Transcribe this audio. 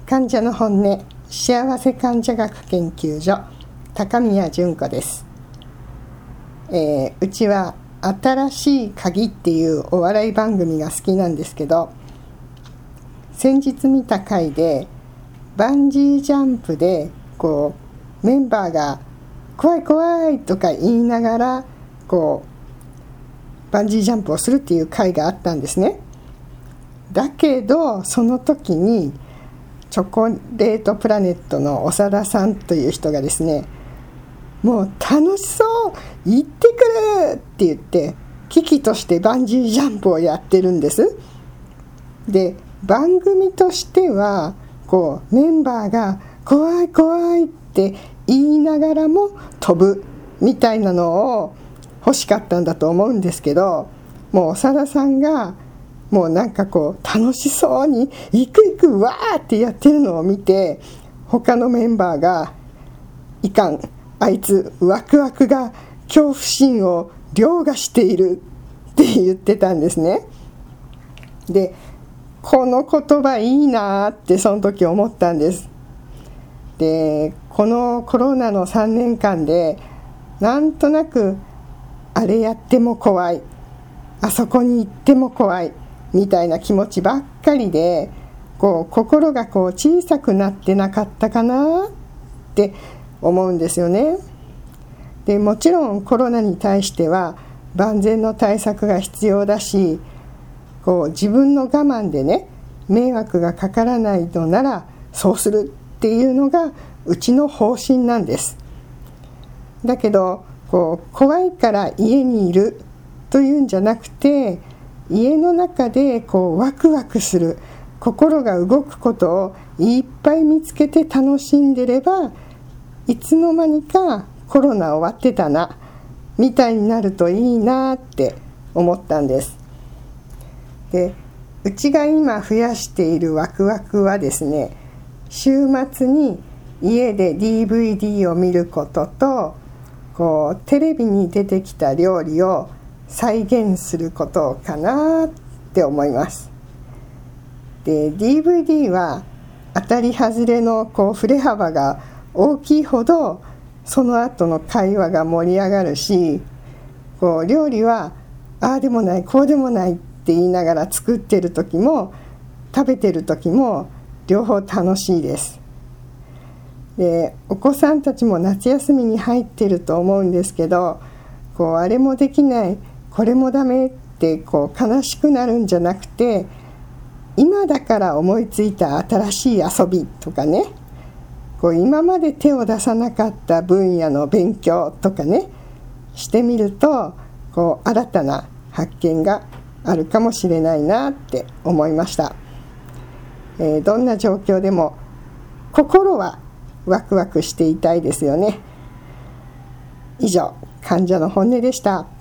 患者の本音幸せ患者学研究所高宮純子です。うちは新しい鍵っていうお笑い番組が好きなんですけど、先日見た回でバンジージャンプでメンバーが怖い怖いとか言いながらバンジージャンプをするっていう回があったんですね。だけどその時にチョコレートプラネットの長田さんという人がですね、もう楽しそう行ってくるって言って危機としてバンジージャンプをやってるんです。で番組としてはメンバーが怖い怖いって言いながらも飛ぶみたいなのを欲しかったんだと思うんですけど、もう長田さんがもう楽しそうに行く行くわーってやってるのを見て、他のメンバーがいかん、あいつワクワクが恐怖心を凌駕しているって言ってたんですね。でこの言葉いいなってその時思ったんです。でこのコロナの3年間でなんとなくあれやっても怖い、あそこに行っても怖いみたいな気持ちばっかりで心が小さくなってなかったかなって思うんですよね。でもちろんコロナに対しては万全の対策が必要だし、自分の我慢でね迷惑がかからないのならそうするっていうのがうちの方針なんです。だけど怖いから家にいるというんじゃなくて、家の中でワクワクする心が動くことをいっぱい見つけて楽しんでれば、いつの間にかコロナ終わってたなみたいになるといいなって思ったんです。でうちが今増やしているワクワクはですね、週末に家で DVD を見ることとテレビに出てきた料理を再現することかなって思います。で DVD は当たり外れの振れ幅が大きいほどその後の会話が盛り上がるし、料理はああでもないこうでもないって言いながら作ってる時も食べてる時も両方楽しいです。でお子さんたちも夏休みに入ってると思うんですけど、あれもできないこれもダメって悲しくなるんじゃなくて、今だから思いついた新しい遊びとかね、今まで手を出さなかった分野の勉強とかねしてみると新たな発見があるかもしれないなって思いました。どんな状況でも心はワクワクしていたいですよね。以上、患者の本音でした。